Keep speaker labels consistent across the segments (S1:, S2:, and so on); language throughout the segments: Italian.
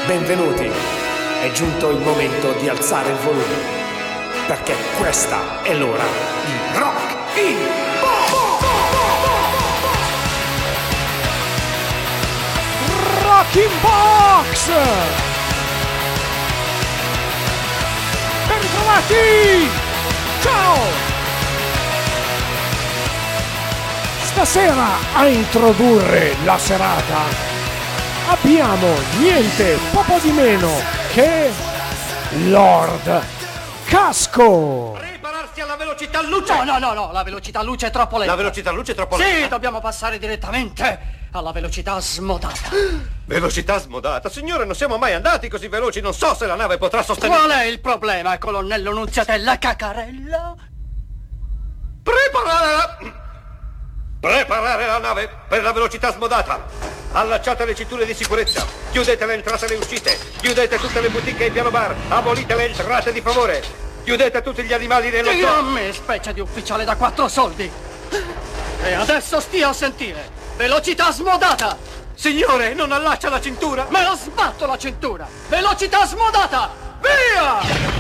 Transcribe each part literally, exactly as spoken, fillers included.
S1: Benvenuti, è giunto il momento di alzare il volume, perché questa è l'ora di Rock in Box!
S2: Rock in Box! Ben ritrovati! Ciao! Stasera a introdurre la serata abbiamo niente poco di meno che Lord Casco.
S3: Prepararsi alla velocità luce.
S4: No, no, no, no, la velocità luce è troppo lenta.
S3: La velocità luce è troppo lenta.
S4: Sì, dobbiamo passare direttamente alla velocità smodata.
S3: Velocità smodata? Signore, non siamo mai andati così veloci. Non so se la nave potrà sostenere.
S4: Qual è il problema, colonnello Nunziatella Cacarella?
S3: Preparare la... Preparare la nave per la velocità smodata. Allacciate le cinture di sicurezza. Chiudete le entrate e le uscite. Chiudete tutte le boutique e i piano bar. Abolite le entrate di favore. Chiudete tutti gli animali nello zoo.
S4: Dio a me, specie di ufficiale da quattro soldi. E adesso stia a sentire. Velocità smodata.
S3: Signore, non allaccia la cintura.
S4: Me la sbatto la cintura. Velocità smodata. Via!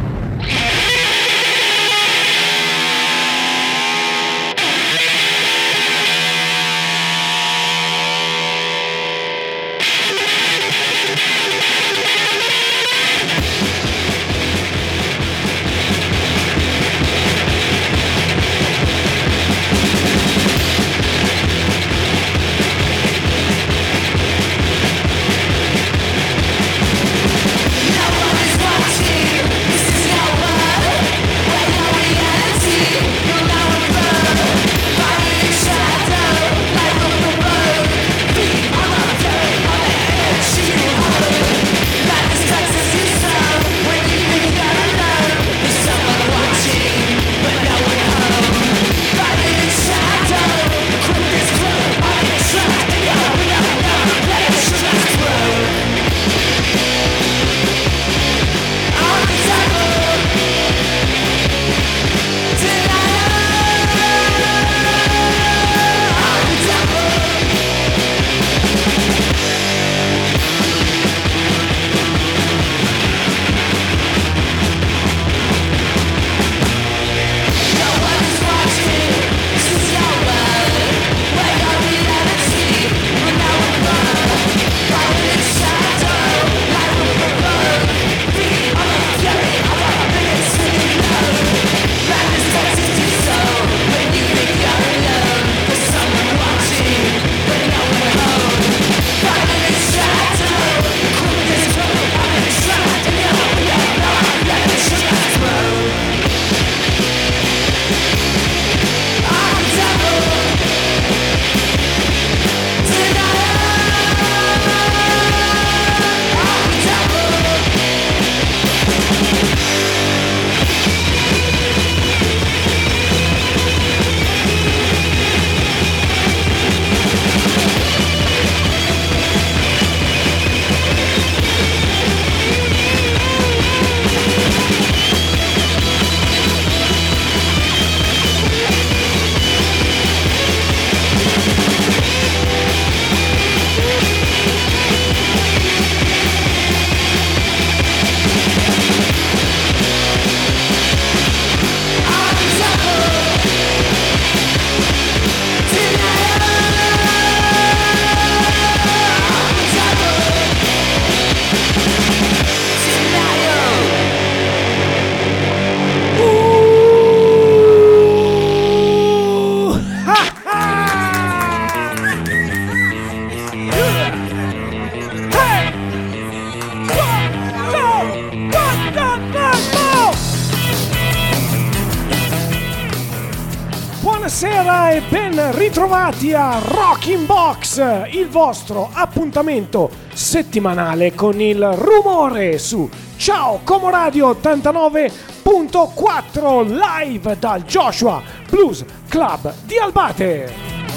S2: Buonasera e ben ritrovati a Rock in Box, il vostro appuntamento settimanale con il rumore su Ciao Como Radio ottantanove punto quattro live dal Joshua Blues Club di Albate.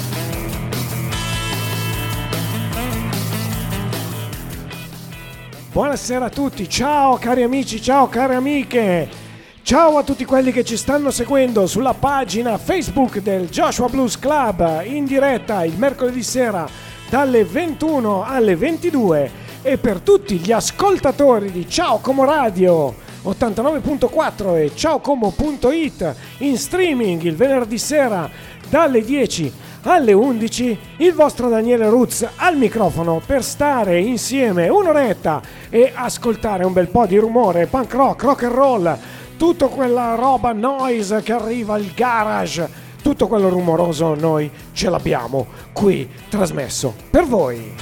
S2: Buonasera a tutti, ciao cari amici, ciao care amiche. Ciao a tutti quelli che ci stanno seguendo sulla pagina Facebook del Joshua Blues Club in diretta il mercoledì sera dalle ventuno alle ventidue e per tutti gli ascoltatori di Ciao Como Radio ottantanove punto quattro e ciaocomo punto it in streaming il venerdì sera dalle dieci alle undici, il vostro Daniele Ruz al microfono per stare insieme un'oretta e ascoltare un bel po' di rumore, punk rock, rock and roll, tutta quella roba noise che arriva, il garage, tutto quello rumoroso noi ce l'abbiamo qui trasmesso per voi.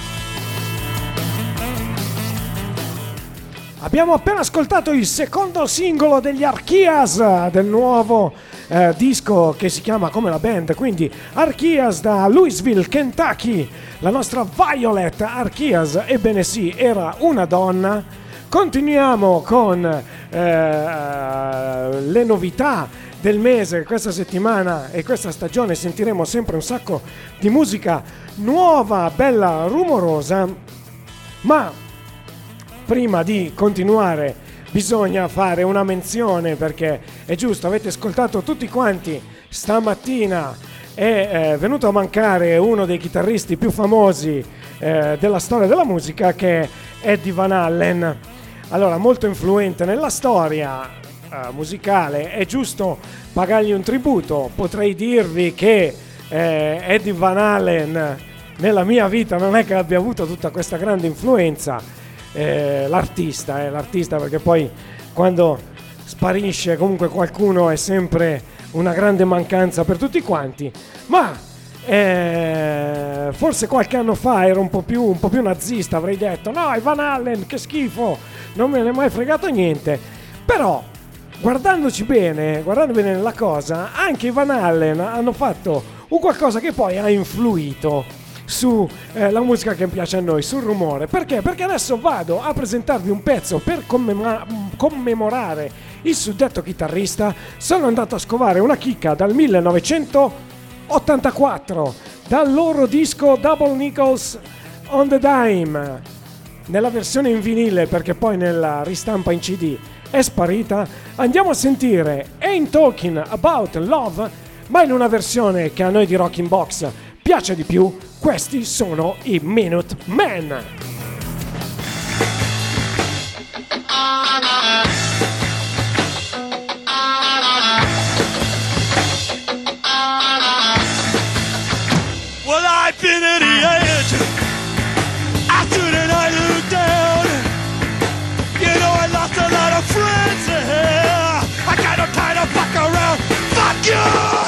S2: Abbiamo appena ascoltato il secondo singolo degli Archias del nuovo eh, disco che si chiama come la band, quindi Archias da Louisville, Kentucky. La nostra Violet Archias, ebbene sì, era una donna. Continuiamo con eh, le novità del mese. Questa settimana e questa stagione sentiremo sempre un sacco di musica nuova, bella, rumorosa, ma prima di continuare bisogna fare una menzione, perché è giusto, avete ascoltato tutti quanti stamattina, è eh, venuto a mancare uno dei chitarristi più famosi eh, della storia della musica, che è Eddie Van Halen. Allora, molto influente nella storia eh, musicale, è giusto pagargli un tributo. Potrei dirvi che eh, Eddie Van Halen nella mia vita non è che abbia avuto tutta questa grande influenza. Eh, l'artista, eh, l'artista perché poi quando sparisce comunque qualcuno è sempre una grande mancanza per tutti quanti, ma eh, forse qualche anno fa ero un po' più un po' più nazista, avrei detto no, è Van Halen, che schifo, non me ne è mai fregato niente. Però guardandoci bene, guardando bene la cosa, anche i Van Halen hanno fatto un qualcosa che poi ha influito su eh, la musica che piace a noi, sul rumore. Perché? Perché adesso vado a presentarvi un pezzo per commemora- commemorare il suddetto chitarrista. Sono andato a scovare una chicca dal millenovecentottantaquattro, dal loro disco Double Nickels on the Dime, nella versione in vinile, perché poi nella ristampa in C D è sparita. Andiamo a sentire Ain't Talking About Love, ma in una versione che a noi di Rocking Box piace di più. Questi sono i Minute Men.
S5: Well, I've been at the edge. After the night looked down, you know I lost a lot of friends here. I got no time to fuck around. Fuck you!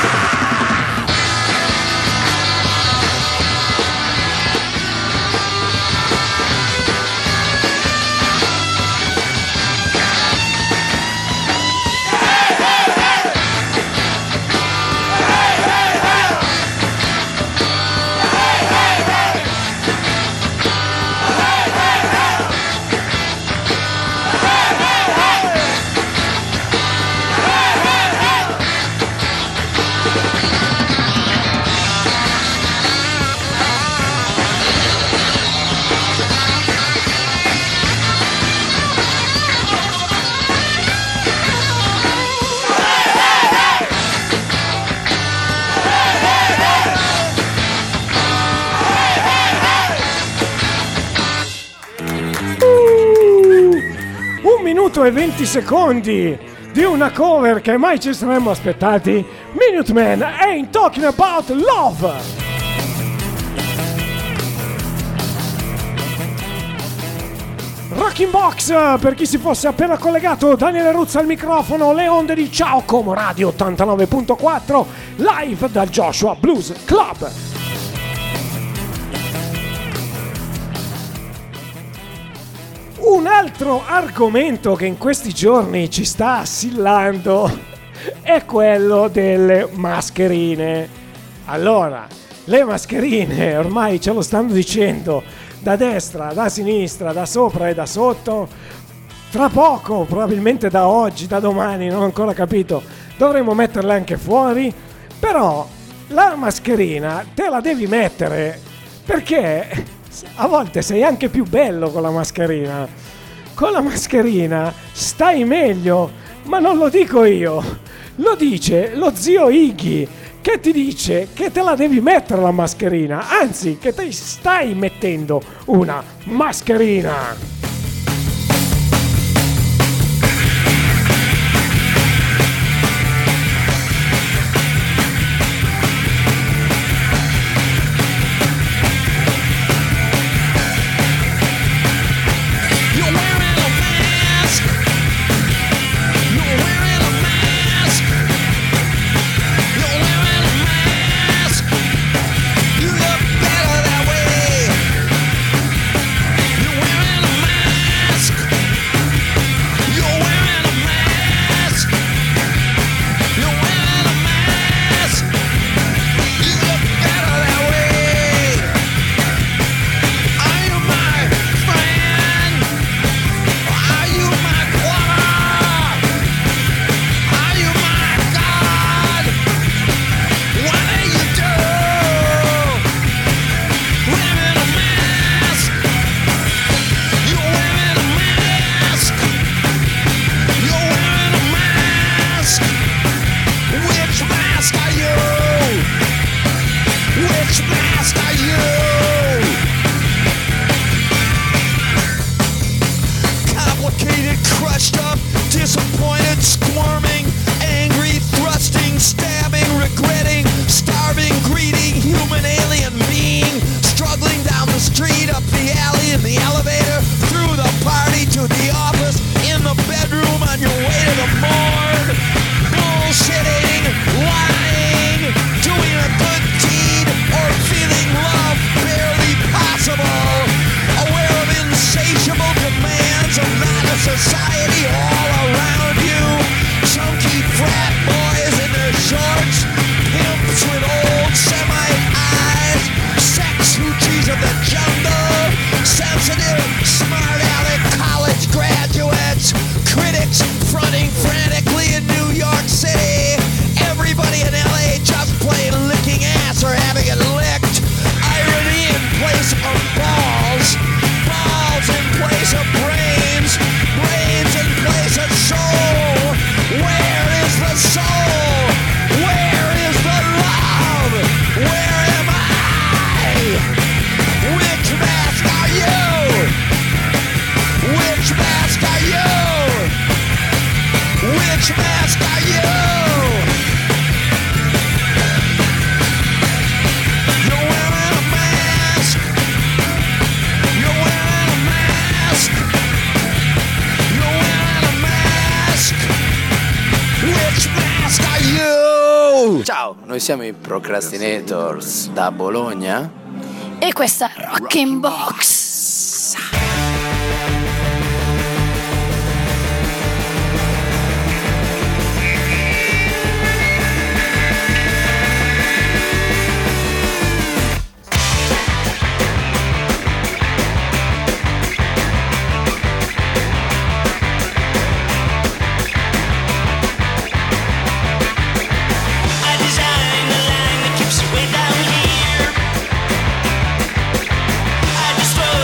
S2: E venti secondi di una cover che mai ci saremmo aspettati. Minutemen, Ain't Talking About Love. Rocking Box, per chi si fosse appena collegato, Daniele Ruzza al microfono, le onde di Ciao Como Radio ottantanove punto quattro, live dal Joshua Blues Club. Un altro argomento che in questi giorni ci sta assillando è quello delle mascherine. Allora, le mascherine ormai ce lo stanno dicendo da destra, da sinistra, da sopra e da sotto. Tra poco, probabilmente da oggi, da domani, non ho ancora capito, dovremo metterle anche fuori. Però la mascherina te la devi mettere, perché a volte sei anche più bello con la mascherina. Con la mascherina stai meglio, ma non lo dico io, lo dice lo zio Iggy, che ti dice che te la devi mettere la mascherina, anzi che ti stai mettendo una mascherina.
S6: Ciao, noi siamo i Procrastinators da Bologna
S7: e questa è Rockin' Box.
S5: Way down here, I just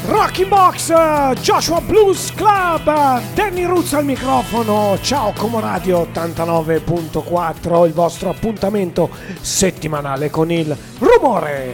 S2: Rocking Box, Joshua Blues Club, Danny Roots al microfono. Ciao Como Radio ottantanove virgola quattro, il vostro appuntamento settimanale con il rumore.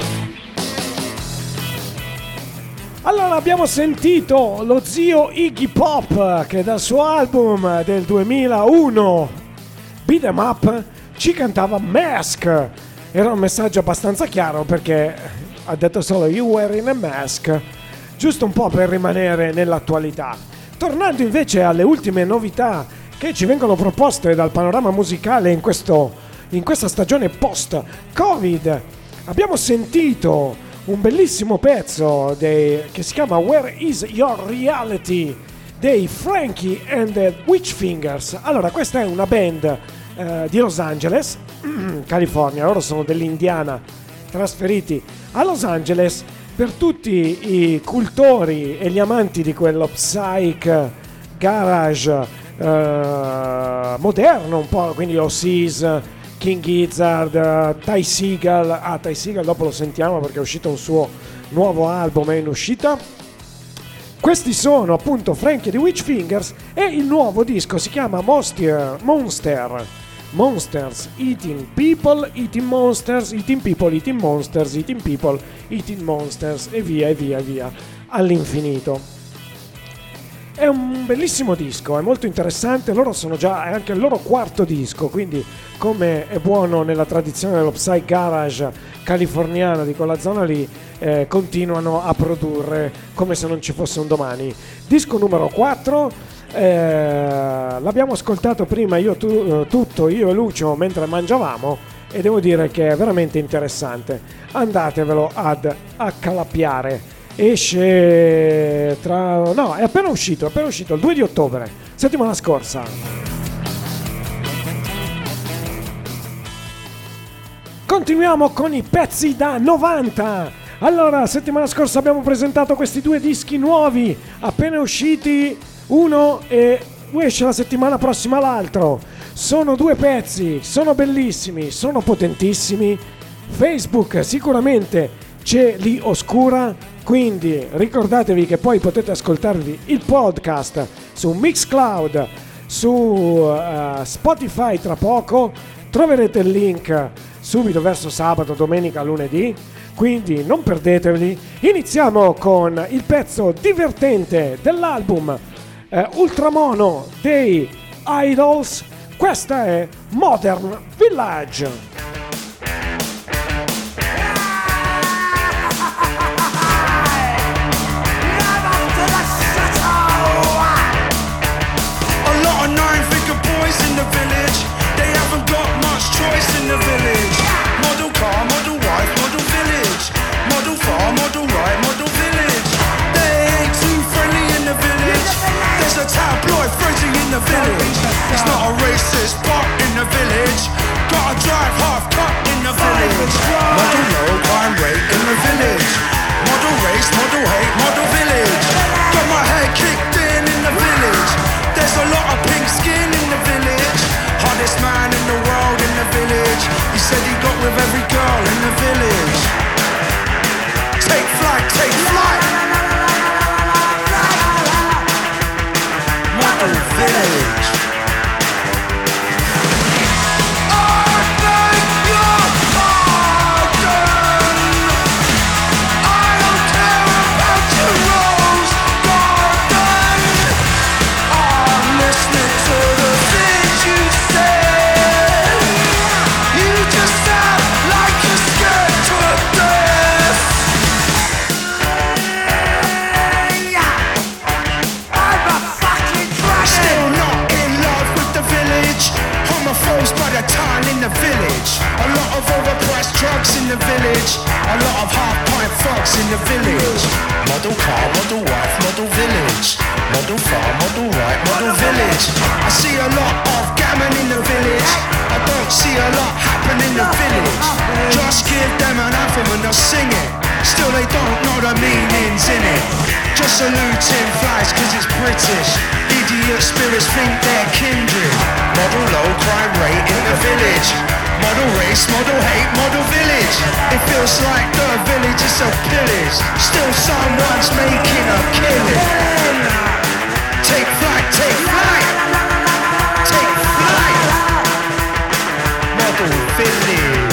S2: Allora, abbiamo sentito lo zio Iggy Pop che dal suo album del duemilauno Beat 'em Up ci cantava Mask. Era un messaggio abbastanza chiaro perché ha detto solo "You were in a mask", giusto un po' per rimanere nell'attualità. Tornando invece alle ultime novità che ci vengono proposte dal panorama musicale in, questo, in questa stagione post-Covid, abbiamo sentito un bellissimo pezzo dei, che si chiama "Where is Your Reality" dei Frankie and the Witchfingers. Allora, questa è una band eh, di Los Angeles, California. Loro sono dell'Indiana, trasferiti a Los Angeles. Per tutti i cultori e gli amanti di quello psych garage eh, moderno un po', quindi Oasis, King Gizzard, uh, Ty Segall. Ah, Ty Segall dopo lo sentiamo perché è uscito un suo nuovo album, è in uscita. Questi sono appunto Frankie the Witchfingers e il nuovo disco si chiama Monster, Monster Monsters Eating People, Eating Monsters, Eating People, Eating Monsters, Eating People, Eating Monsters e via e via e via all'infinito. È un bellissimo disco, è molto interessante. Loro sono già, è anche il loro quarto disco, quindi come è buono nella tradizione dello Psy Garage californiana di quella zona lì, eh, continuano a produrre come se non ci fosse un domani. Disco numero quattro. Eh, l'abbiamo ascoltato prima io tu, tutto io e Lucio mentre mangiavamo e devo dire che è veramente interessante. Andatevelo ad accalappiare. Esce tra no è appena uscito è appena uscito il due di ottobre, settimana scorsa. Continuiamo con i pezzi da novanta. Allora, settimana scorsa abbiamo presentato questi due dischi nuovi appena usciti, uno e esce la settimana prossima l'altro. Sono due pezzi, sono bellissimi, sono potentissimi. Facebook sicuramente ce li oscura, quindi ricordatevi che poi potete ascoltarvi il podcast su Mixcloud, su uh, Spotify tra poco. Troverete il link subito verso sabato, domenica, lunedì, quindi non perdeteveli. Iniziamo con il pezzo divertente dell'album Uh, Ultramono dei Idols. Questa è Modern Village.
S5: A lot of nine-figure boys in the village. They haven't got much choice in the village. Model car, model wife, model village. Model farm, model right, model village. They ain't too friendly in the village. There's a tabloid frenzy in the village. It's not a racist, but in the village. Gotta drive half cut in the village. Model low crime rate in the village. Model race, model hate, model village. Got my head kicked in in the village. There's a lot of pink skin in the village. Hardest man in the world in the village. He said he got with every girl in the village. Take flight, take flight. Village. I beg your pardon. I don't care about your rose garden. I'm listening to the things you say. You just sound like you're scared to death. I'm a fucking still not in love with the village. Homophobes by the ton in the village. A lot of overpriced drugs in the village. A lot of half-pint fucks in the village. Model car, model wife, model village. Model farm, model right, model village. I see a lot of gammon in the village. I don't see a lot happen in the village. Just give them an anthem and they'll sing it. Still they don't know the meanings in it. Just saluting flies cause it's British. Idiot spirits think they're kindred. Model low crime rate in the village. Model race, model hate, model village. It feels like the village is so pillaged. Still someone's making a killing. Take flight, take flight. Take flight. Model village.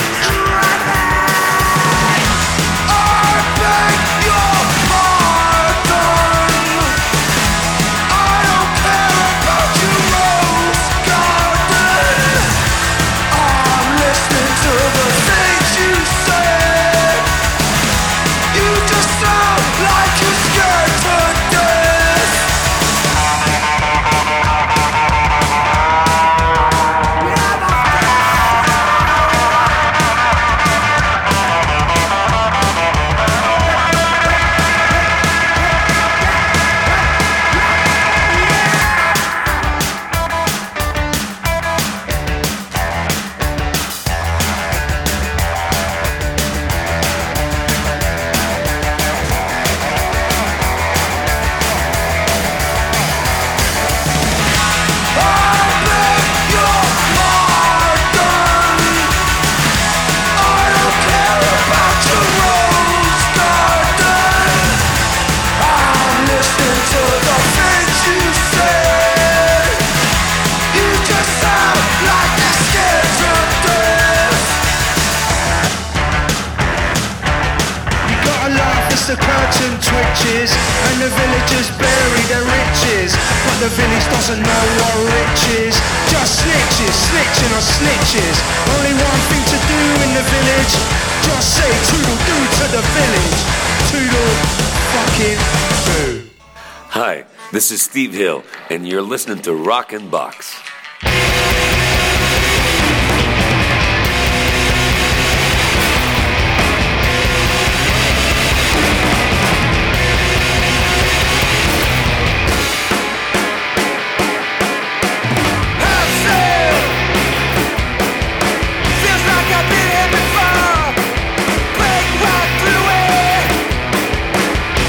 S5: The curtain twitches and the villagers bury their riches, but the village doesn't know what rich is. Just snitches, snitching on snitches. Only one thing to do in the village, just say toodle-doo to the village. Toodle fucking doo.
S8: Hi, this is Steve Hill, and you're listening to Rockin' Box.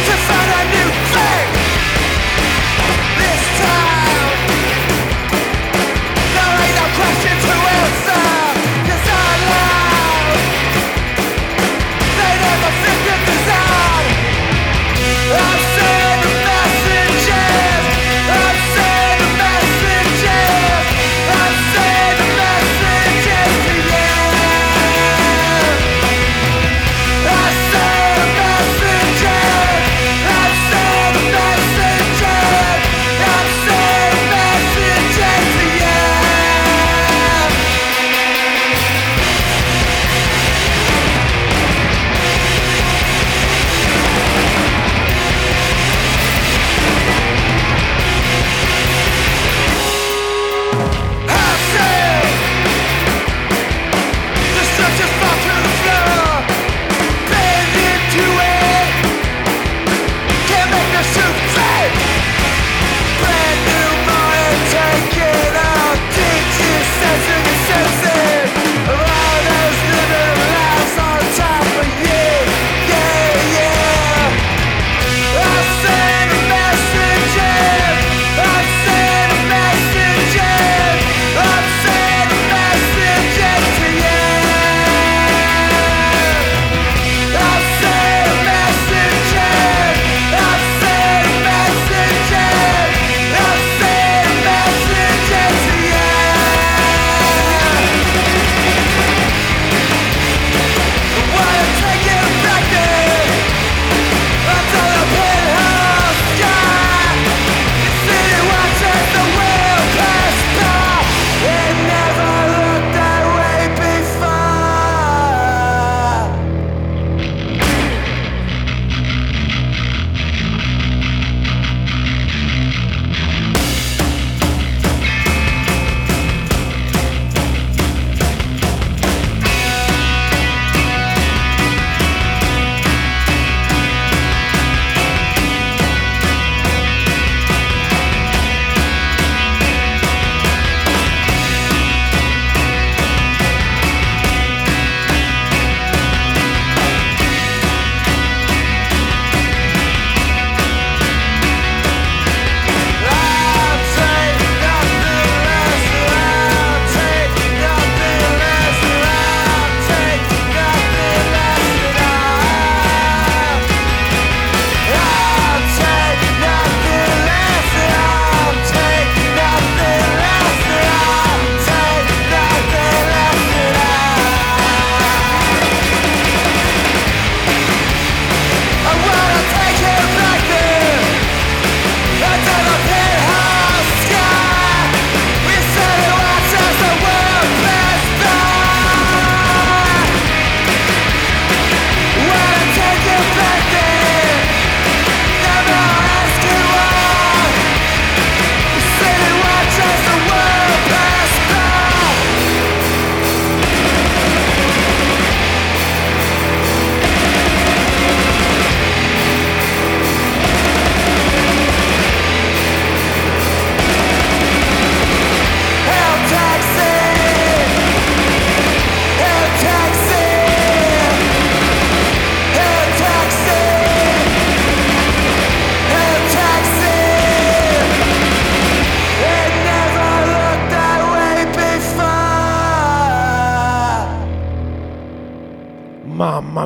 S5: This time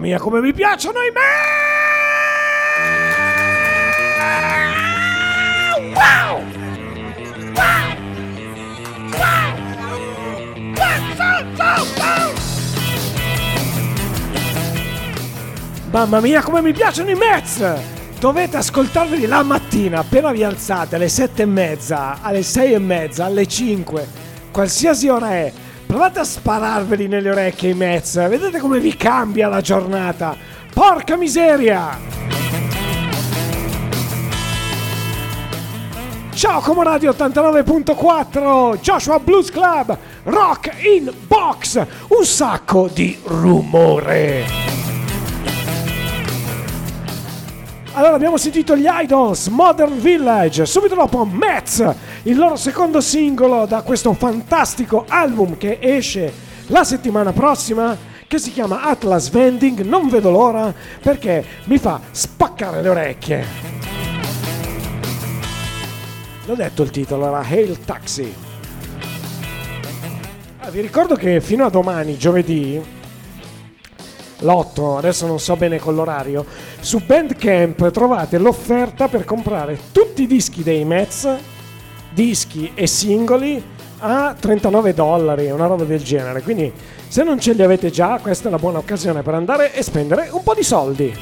S2: mia come mi piacciono i me! Wow! Wow! Wow! Mamma mia come mi piacciono i Mets! Dovete ascoltarveli la mattina appena vi alzate, alle sette e mezza, alle sei e mezza, alle cinque, qualsiasi ora è. Provate a spararveli nelle orecchie i Mets, vedete come vi cambia la giornata. Porca miseria! Ciao Comoradio ottantanove virgola quattro, Joshua Blues Club, Rock in Box, un sacco di rumore. Allora abbiamo sentito gli Idols, Modern Village, subito dopo Mets, il loro secondo singolo da questo fantastico album che esce la settimana prossima, che si chiama Atlas Vending. Non vedo l'ora perché mi fa spaccare le orecchie. L'ho detto il titolo, era Hail Taxi. Ah, vi ricordo che fino a domani, giovedì, l'otto, adesso non so bene con l'orario, su Bandcamp trovate l'offerta per comprare tutti i dischi dei Mets, dischi e singoli, a trentanove dollari, una roba del genere. Quindi se non ce li avete già, questa è una buona occasione per andare e spendere un po' di soldi.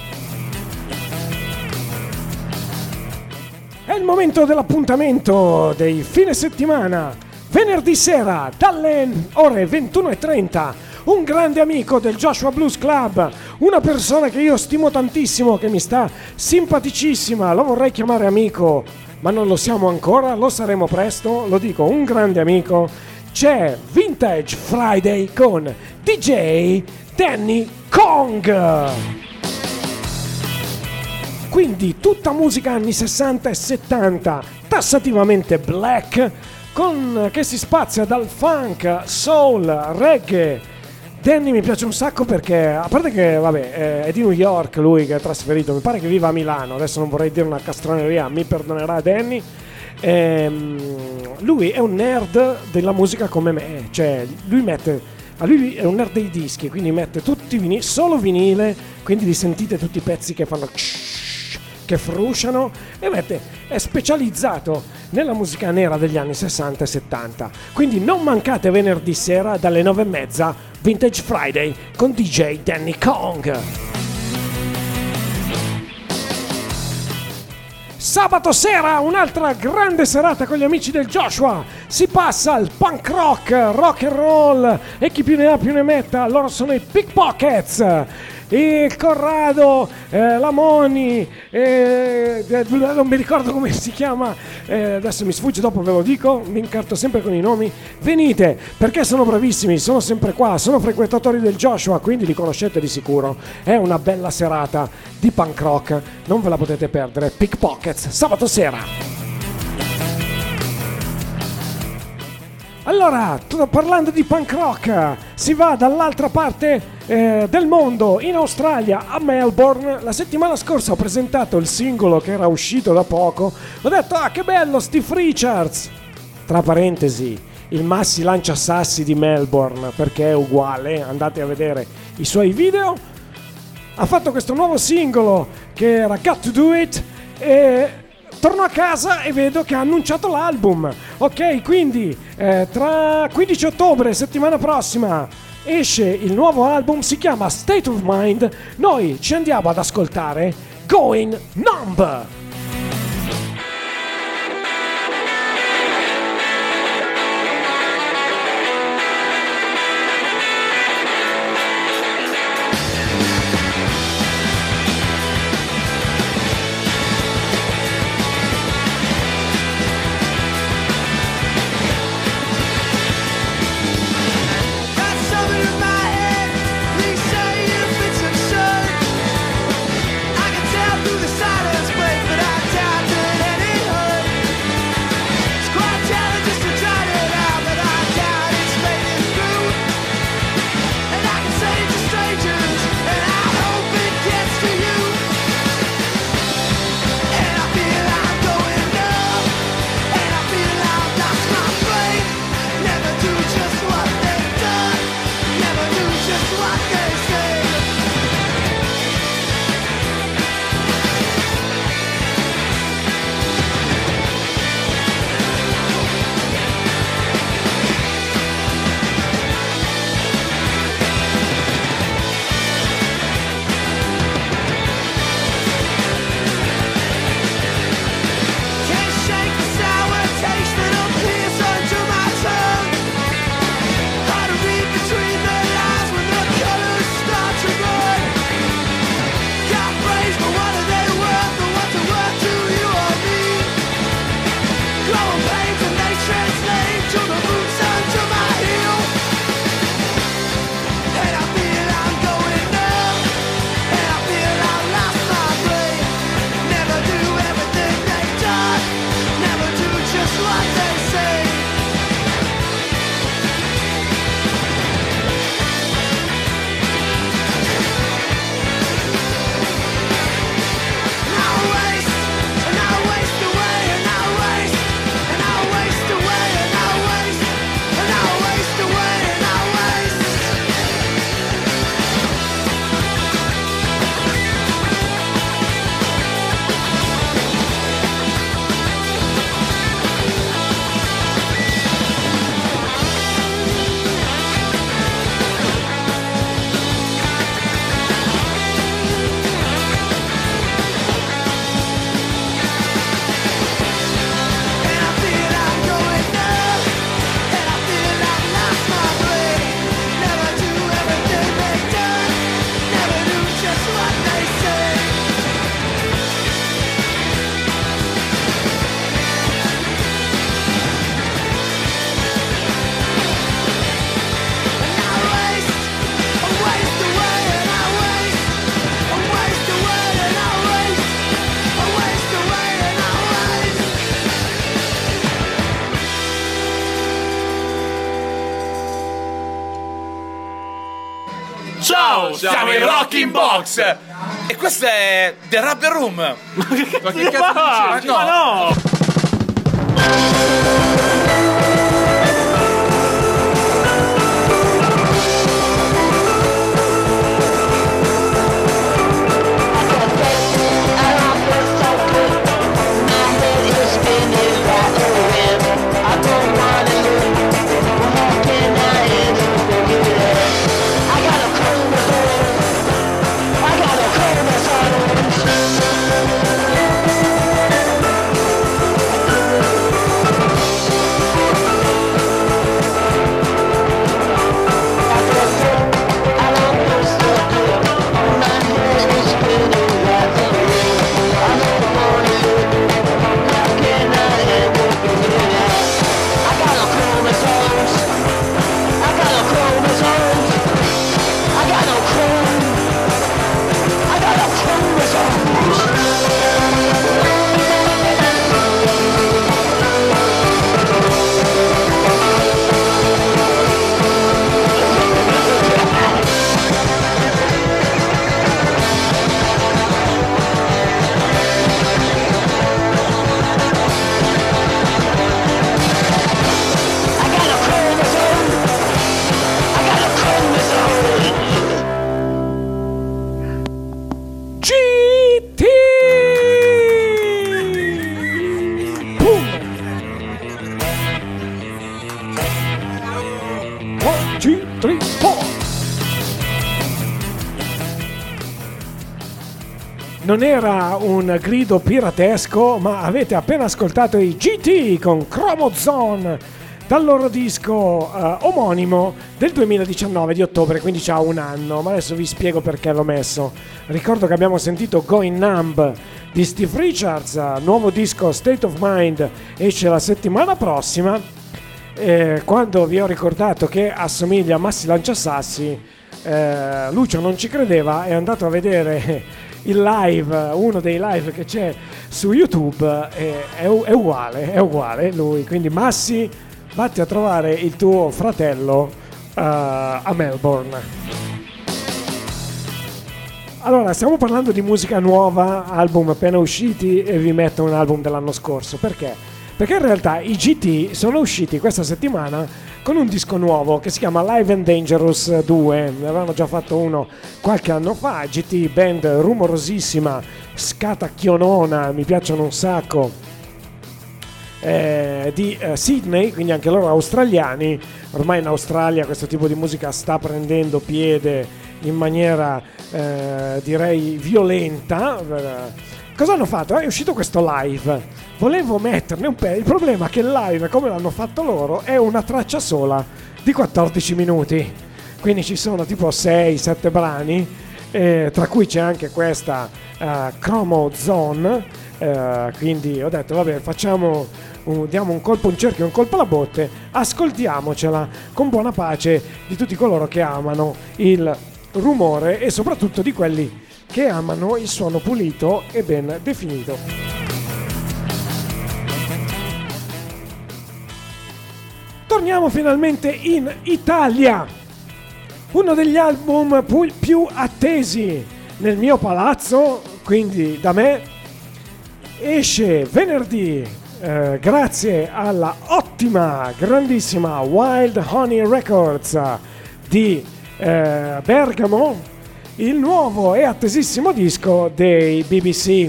S2: È il momento dell'appuntamento dei fine settimana, venerdì sera dalle ore ventuno e trenta. Un grande amico del Joshua Blues Club, una persona che io stimo tantissimo, che mi sta simpaticissima, lo vorrei chiamare amico, ma non lo siamo ancora, lo saremo presto, lo dico, un grande amico. C'è Vintage Friday con D J Danny Kong. Quindi tutta musica anni sessanta e settanta, tassativamente black, con che si spazia dal funk, soul, reggae. Danny mi piace un sacco perché, a parte che vabbè, è di New York lui, che è trasferito, mi pare che viva a Milano, adesso non vorrei dire una castroneria, mi perdonerà Danny. Ehm, lui è un nerd della musica come me, cioè lui mette, a lui è un nerd dei dischi, quindi mette tutti vinili, solo vinile, quindi li sentite tutti i pezzi che fanno che frusciano, e mette, è specializzato nella musica nera degli anni sessanta e settanta. Quindi non mancate venerdì sera dalle nove e mezza Vintage Friday con D J Danny Kong. Sabato sera un'altra grande serata con gli amici del Joshua, si passa al punk rock, rock and roll, e chi più ne ha più ne metta. Loro sono i Pickpockets, il Corrado, eh, la Moni, eh, eh, non mi ricordo come si chiama, eh, adesso mi sfugge, dopo ve lo dico, mi incarto sempre con i nomi. Venite perché sono bravissimi, sono sempre qua, sono frequentatori del Joshua, quindi li conoscete di sicuro. È una bella serata di punk rock, non ve la potete perdere. Pickpockets, sabato sera. Allora, parlando di punk rock, si va dall'altra parte eh, del mondo, in Australia, a Melbourne. La settimana scorsa ho presentato il singolo che era uscito da poco. Ho detto, ah che bello, Steve Richards! Tra parentesi, il Massi lancia sassi di Melbourne, perché è uguale, andate a vedere i suoi video. Ha fatto questo nuovo singolo che era Got to Do It, e torno a casa e vedo che ha annunciato l'album. Ok, quindi eh, tra quindici ottobre, settimana prossima, esce il nuovo album, si chiama State of Mind. Noi ci andiamo ad ascoltare Going Numb.
S5: I can tell through the silence, but I
S9: Siamo i Rocking Box! E questo è The Rubber Room!
S10: Ma che cazzo,
S9: ma che cazzo
S10: fa?
S9: dici? Ma
S10: Ma no! Non era un grido piratesco, ma avete appena ascoltato i G T con Chromozone dal loro disco uh, omonimo del duemiladiciannove di ottobre, quindi c'ha un anno, ma adesso vi spiego perché l'ho messo. Ricordo che abbiamo sentito Going Numb di Steve Richards, nuovo disco State of Mind, esce la settimana prossima. Eh, quando vi ho ricordato che assomiglia a Massi Lanciasassi, eh, Lucio non ci credeva, è andato a vedere il live, uno dei live che c'è su YouTube, è, è, è uguale, è uguale lui. Quindi Massi, vatti a trovare il tuo fratello uh, a Melbourne. Allora, stiamo parlando di musica nuova, album appena usciti, e vi metto un album dell'anno scorso. Perché? Perché in realtà i G T sono usciti questa settimana con un disco nuovo che si chiama Live and Dangerous due. Ne avevano già fatto uno qualche anno fa. G T, band rumorosissima, scatacchionona, mi piacciono un sacco, eh, di eh, Sydney, quindi anche loro australiani. Ormai in Australia questo tipo di musica sta prendendo piede in maniera eh, direi violenta. Cosa hanno fatto? È uscito questo live. Volevo metterne un po'. Il problema è che il live, come l'hanno fatto loro, è una traccia sola di quattordici minuti. Quindi ci sono tipo sei sette brani, eh, tra cui c'è anche questa uh, Chromozone. Uh, quindi ho detto, vabbè, facciamo un, diamo un colpo, un cerchio, un colpo alla botte, ascoltiamocela con buona pace di tutti coloro che amano il rumore e soprattutto di quelli che amano il suono pulito e ben definito. Torniamo finalmente in Italia. Uno degli album pu- più attesi nel mio palazzo, quindi da me, esce venerdì eh, grazie alla ottima, grandissima Wild Honey Records di eh, Bergamo, il nuovo e attesissimo disco dei B B C.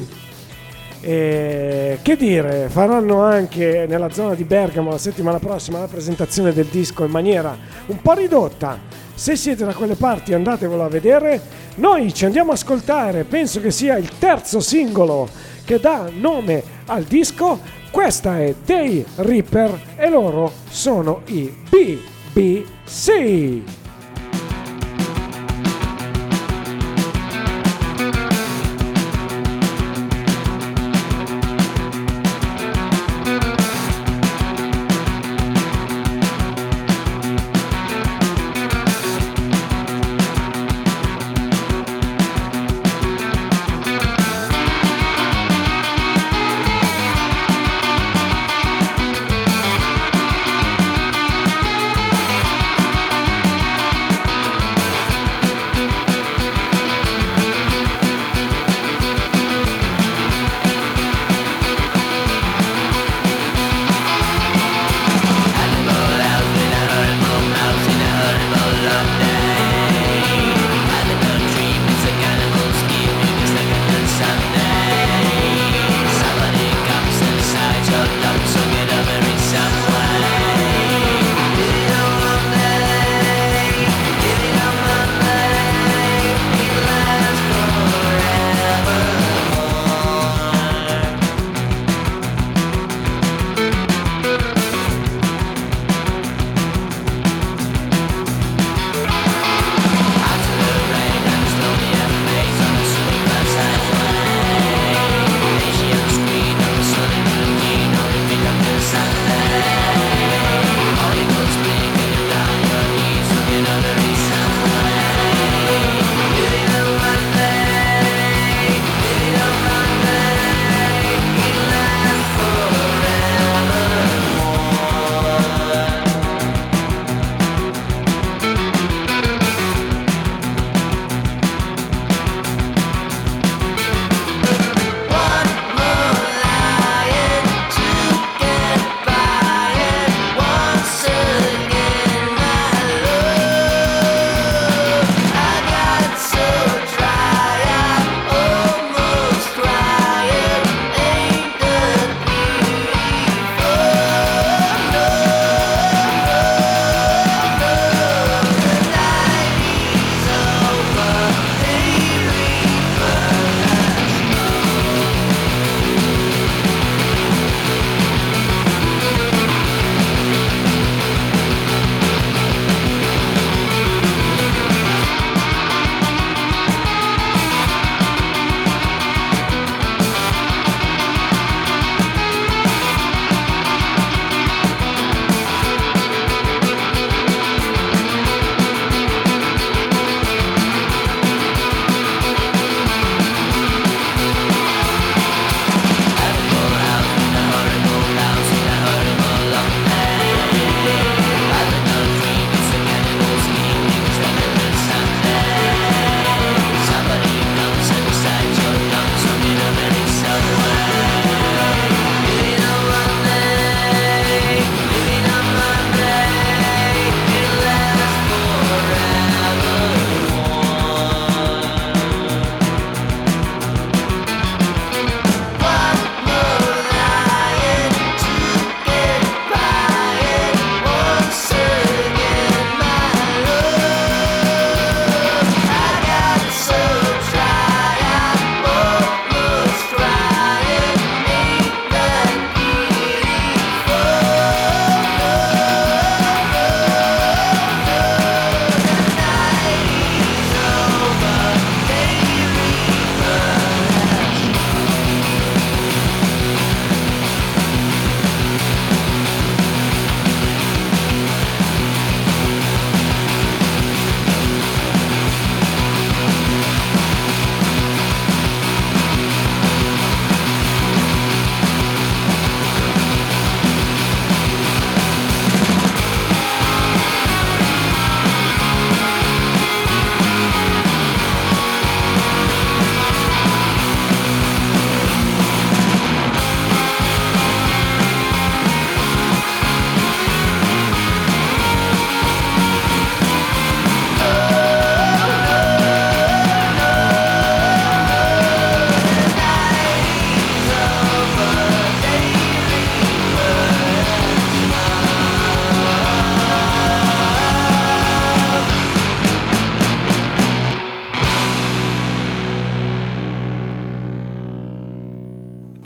S10: E che dire, faranno anche nella zona di Bergamo la settimana prossima la presentazione del disco in maniera un po' ridotta. Se siete da quelle parti andatevelo a vedere. Noi ci andiamo a ascoltare, penso che sia il terzo singolo che dà nome al disco. Questa è Day Reaper e loro sono i B B C.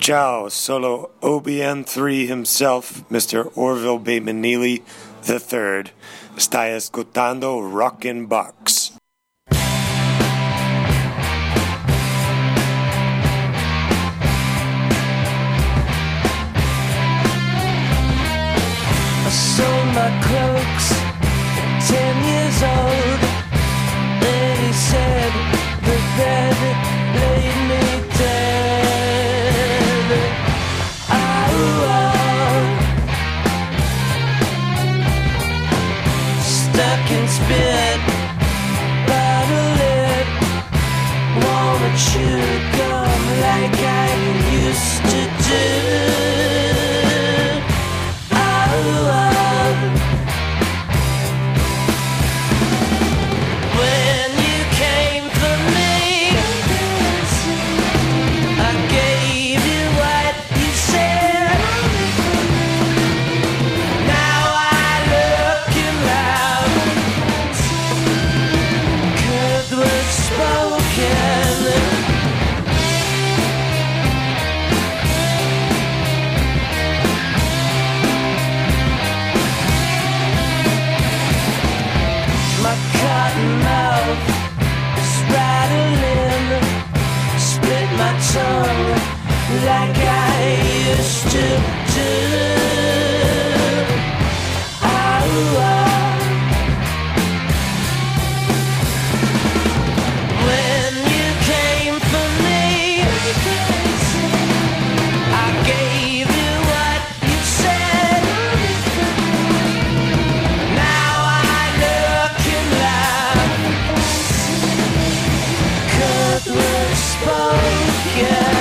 S11: Ciao, solo O B N three himself, mister Orville Bateman Neely the third. Stai ascoltando Rockin' Box.
S5: I sold my cloaks at ten years old. Then he said the bed laid me dead. Oh, oh. Stuck in spit, bottle lid. Wanna chew gum like I used to do. Like I used to do. Oh, oh. When you came for me, I gave you what you said. Now I look and laugh, 'cause we're spoken.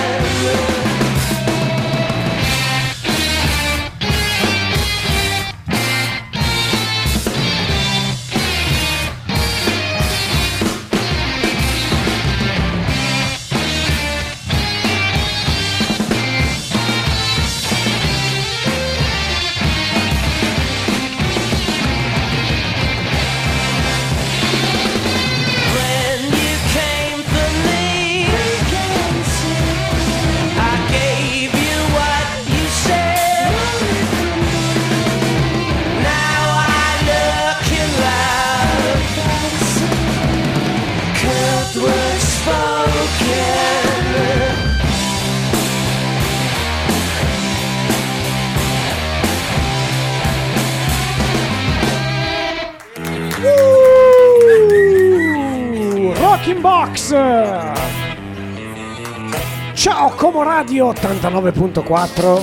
S2: Rockin' Box. Ciao Como Radio ottantanove punto quattro.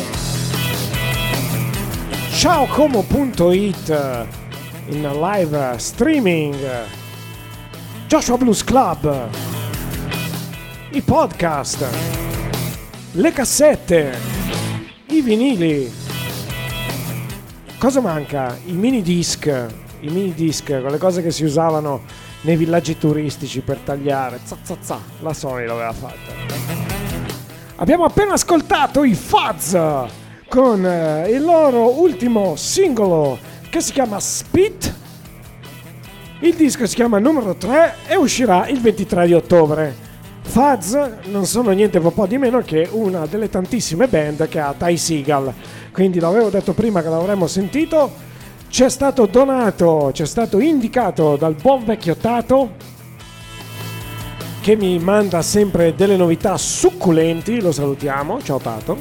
S2: Ciao Como punto it in live streaming. Joshua Blues Club. I podcast. Le cassette. I vinili. Cosa manca? I mini disc. I mini disc, quelle cose che si usavano nei villaggi turistici per tagliare. Za, za, za. La Sony l'aveva fatta. Abbiamo appena ascoltato i Fuzz con eh, il loro ultimo singolo che si chiama Spit. Il disco si chiama numero tre e uscirà il ventitré di ottobre. Fuzz non sono niente po' di meno che una delle tantissime band che ha Ty Segall, quindi l'avevo detto prima che l'avremmo sentito. C'è stato donato, c'è stato indicato dal buon vecchio Tato, che mi manda sempre delle novità succulenti, lo salutiamo, ciao Tato.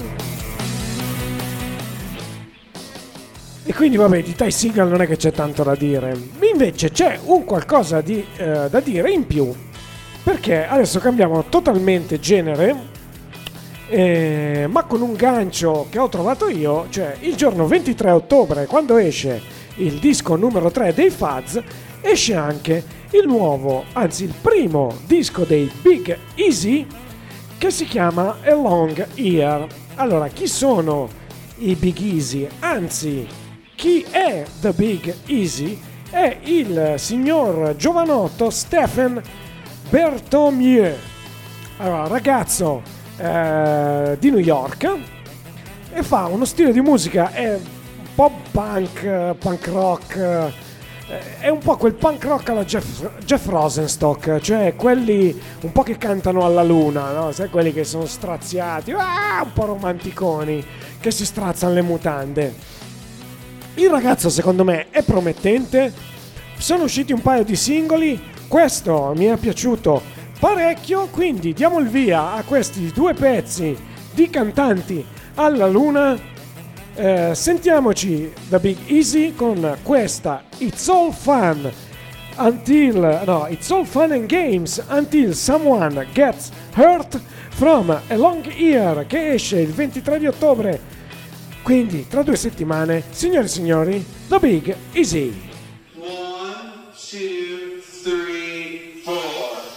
S2: E quindi vabbè, di Ty Segall non è che c'è tanto da dire, invece c'è un qualcosa di, eh, da dire in più, perché adesso cambiamo totalmente genere, eh, ma con un gancio che ho trovato io, cioè il giorno ventitré ottobre, quando esce il disco numero tre dei Fuzz, esce anche il nuovo, anzi il primo disco dei Big Easy, che si chiama A Long Year. Allora, chi sono i Big Easy? Anzi, chi è The Big Easy? È il signor giovanotto Stephen Berthomieu. Allora, ragazzo eh, di New York, e fa uno stile di musica è pop punk, punk rock, è un po' quel punk rock alla Jeff, Jeff Rosenstock, cioè quelli un po' che cantano alla luna, no? Sai, quelli che sono straziati, ah, un po' romanticoni, che si strazzano le mutande. Il ragazzo secondo me è promettente, sono usciti un paio di singoli, questo mi è piaciuto parecchio, quindi diamo il via a questi due pezzi di cantanti alla luna. Eh, sentiamoci The Big Easy con questa It's All Fun Until no It's All Fun and Games Until Someone Gets Hurt from A Long Year, che esce il ventitré di ottobre, quindi tra due settimane. Signori e signori, The Big Easy.
S5: One, two, three, four.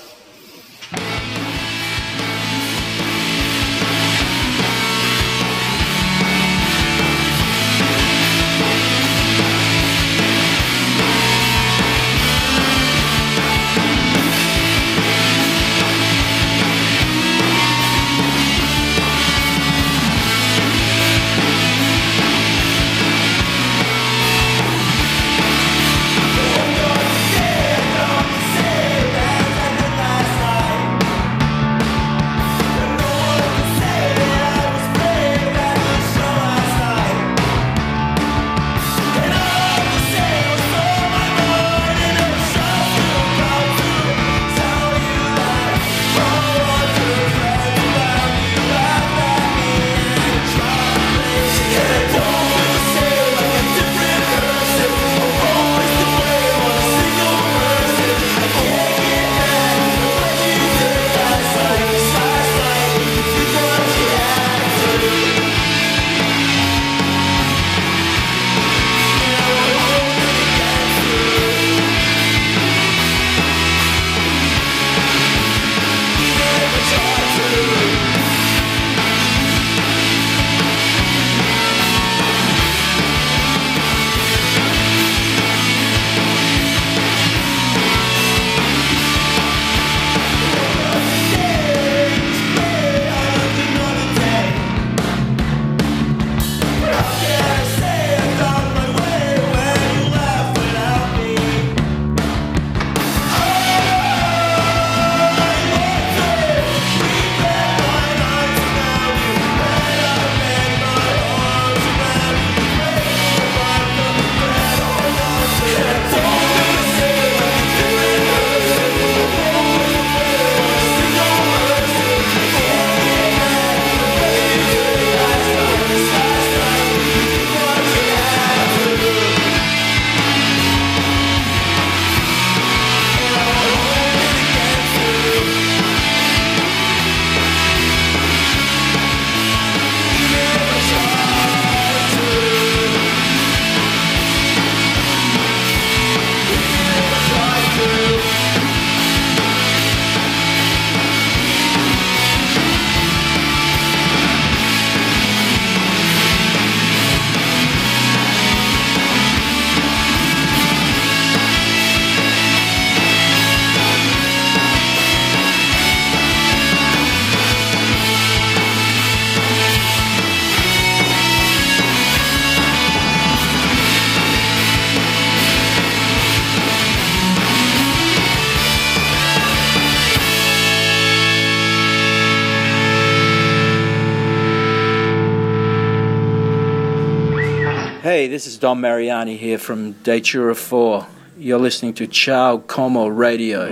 S12: Hey, this is Dom Mariani here from Datura four. You're listening to Ciao Como Radio.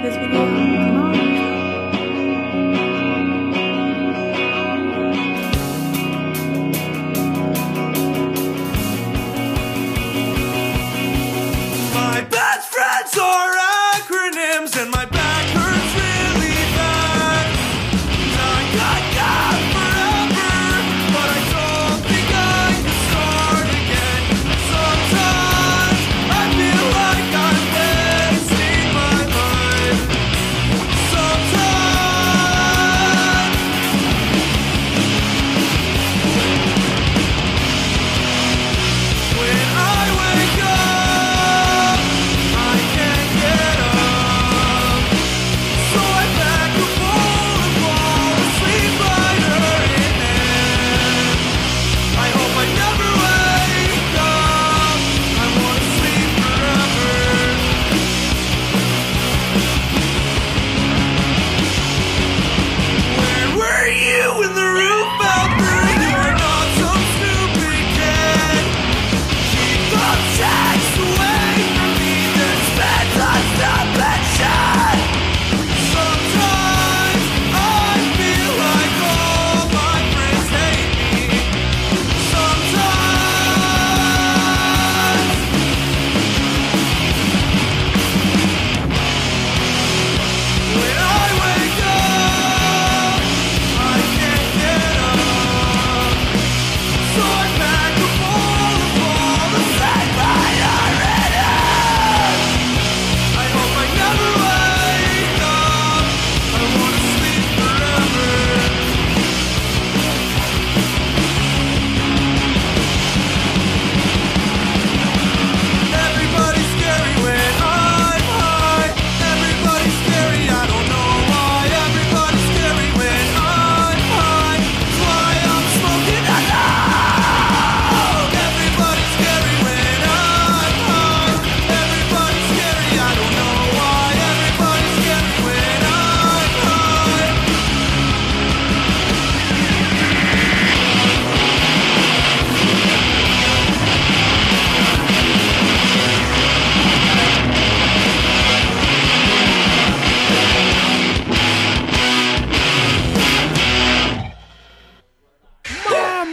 S5: My best friends are acronyms and my back hurts really bad. I got God forever, but I don't think I can start again. Sometimes I feel like I'm wasting my life.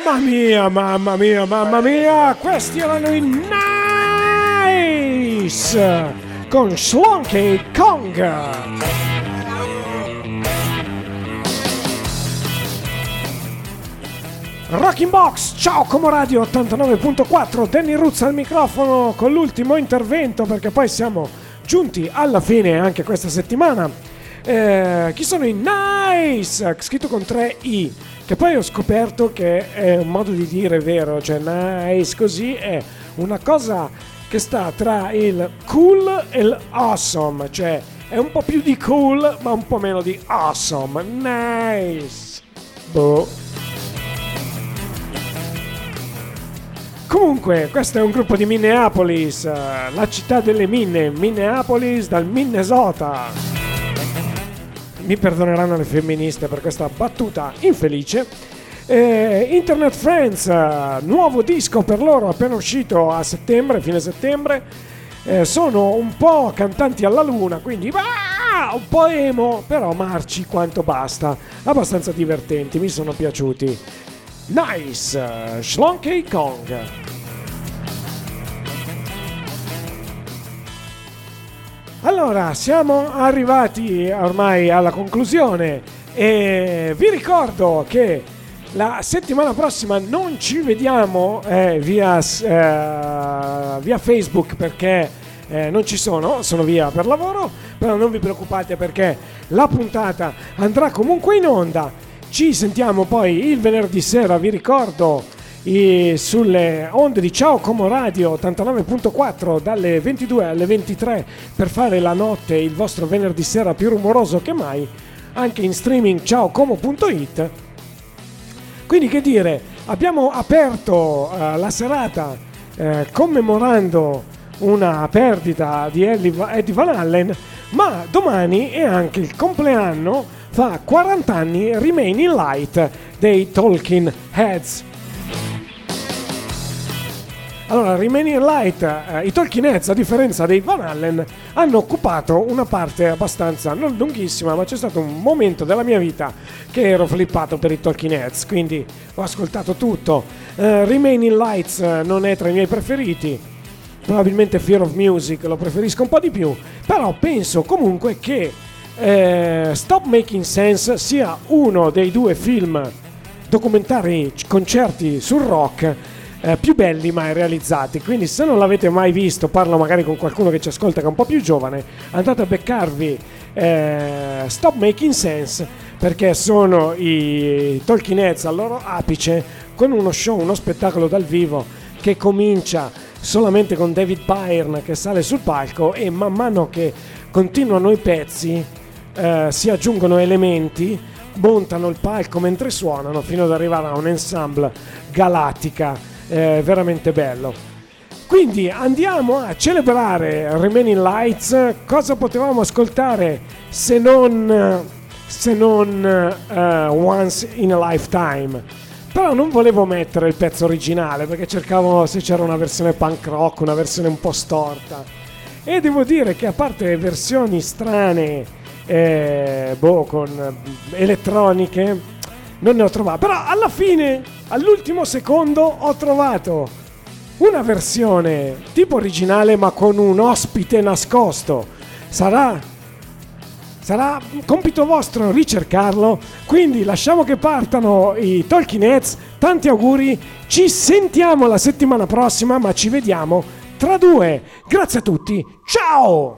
S2: Mamma mia, mamma mia, mamma mia, questi erano i Nice con Slonky Kong. Rocking Box, ciao Como Radio ottantanove virgola quattro, Danny Ruzza al microfono con l'ultimo intervento perché poi siamo giunti alla fine anche questa settimana. Eh, chi sono i Nice? Scritto con tre I, che poi ho scoperto che è un modo di dire vero, cioè nice così è una cosa che sta tra il cool e l'awesome, cioè è un po' più di cool ma un po' meno di awesome. Nice. Boh. Comunque, questo è un gruppo di Minneapolis, la città delle mine, Minneapolis dal Minnesota. Mi perdoneranno le femministe per questa battuta infelice. Eh, Internet Friends, nuovo disco per loro appena uscito a settembre, fine settembre. Eh, sono un po' cantanti alla luna, quindi ah, un po' emo, però marci quanto basta, abbastanza divertenti, mi sono piaciuti. Nice, uh, Slonky Kong. Allora, siamo arrivati ormai alla conclusione e vi ricordo che la settimana prossima non ci vediamo eh, via, eh, via Facebook perché eh, non ci sono, sono via per lavoro, però non vi preoccupate perché la puntata andrà comunque in onda. Ci sentiamo poi il venerdì sera, vi ricordo, i, sulle onde di Ciao Como Radio ottantanove virgola quattro dalle ventidue alle ventitré per fare la notte, il vostro venerdì sera più rumoroso che mai, anche in streaming ciao como punto it. Quindi che dire, abbiamo aperto uh, la serata uh, commemorando una perdita di Eddie Van Halen, ma domani è anche il compleanno, fa quaranta anni, Remain in Light dei Talking Heads. Allora, Remain in Light, eh, i Talking Heads, a differenza dei Van Halen, hanno occupato una parte abbastanza, non lunghissima, ma c'è stato un momento della mia vita che ero flippato per i Talking Heads, quindi ho ascoltato tutto. Eh, Remain in Lights non è tra i miei preferiti, probabilmente Fear of Music lo preferisco un po' di più, però penso comunque che Eh, Stop Making Sense sia uno dei due film documentari concerti sul rock eh, più belli mai realizzati, quindi se non l'avete mai visto, parlo magari con qualcuno che ci ascolta che è un po' più giovane, andate a beccarvi eh, Stop Making Sense perché sono i Talking Heads al loro apice con uno show, uno spettacolo dal vivo che comincia solamente con David Byrne che sale sul palco e man mano che continuano i pezzi Eh, si aggiungono elementi, montano il palco mentre suonano fino ad arrivare a un ensemble galattica eh, veramente bello. Quindi andiamo a celebrare Remaining Lights. Cosa potevamo ascoltare se non se non uh, Once in a Lifetime? Però non volevo mettere il pezzo originale perché cercavo se c'era una versione punk rock, una versione un po' storta, e devo dire che a parte versioni strane Eh, boh, con elettroniche non ne ho trovato, però alla fine, all'ultimo secondo, ho trovato una versione tipo originale ma con un ospite nascosto. Sarà sarà compito vostro ricercarlo, quindi lasciamo che partano i Talking Heads. Tanti auguri, ci sentiamo la settimana prossima, ma ci vediamo tra due. Grazie a tutti, ciao!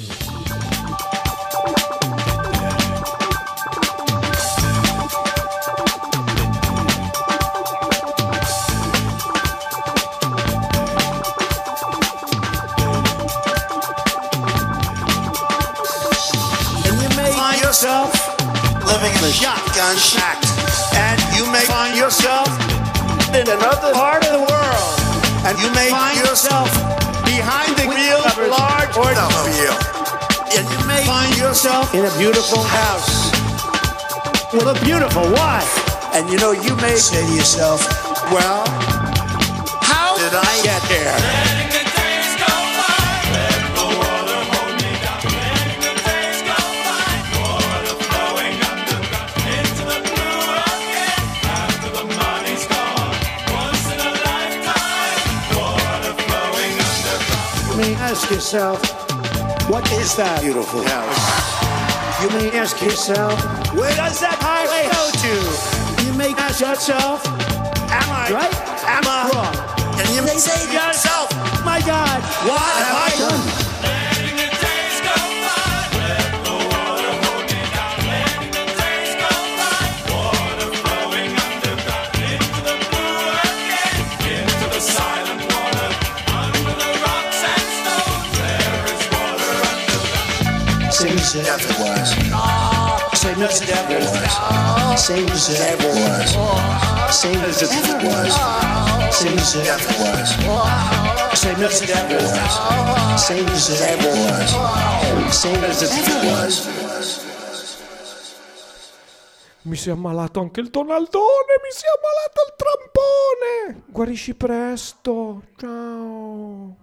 S13: Yourself living in a shotgun shack, and you may find yourself in another part of the world, and you may find yourself behind the wheel of a large automobile, and you may find yourself in a beautiful house with a beautiful wife, and you know you may say to yourself, well, how did I get here? ask yourself, what is that beautiful house? You may ask yourself, where does that highway go to? You may ask yourself, am I right? Am I wrong? And you may say to yourself, my God, what have I done?
S14: Same as it ever was. Same as it ever was. Same as it ever was. Same as it ever was. Same as it ever was. Same as it ever was. Same as it ever was. Same as it ever was.
S2: Mi si è ammalato anche il Donaldone, mi si è ammalato il trampone. Guarisci presto. Ciao.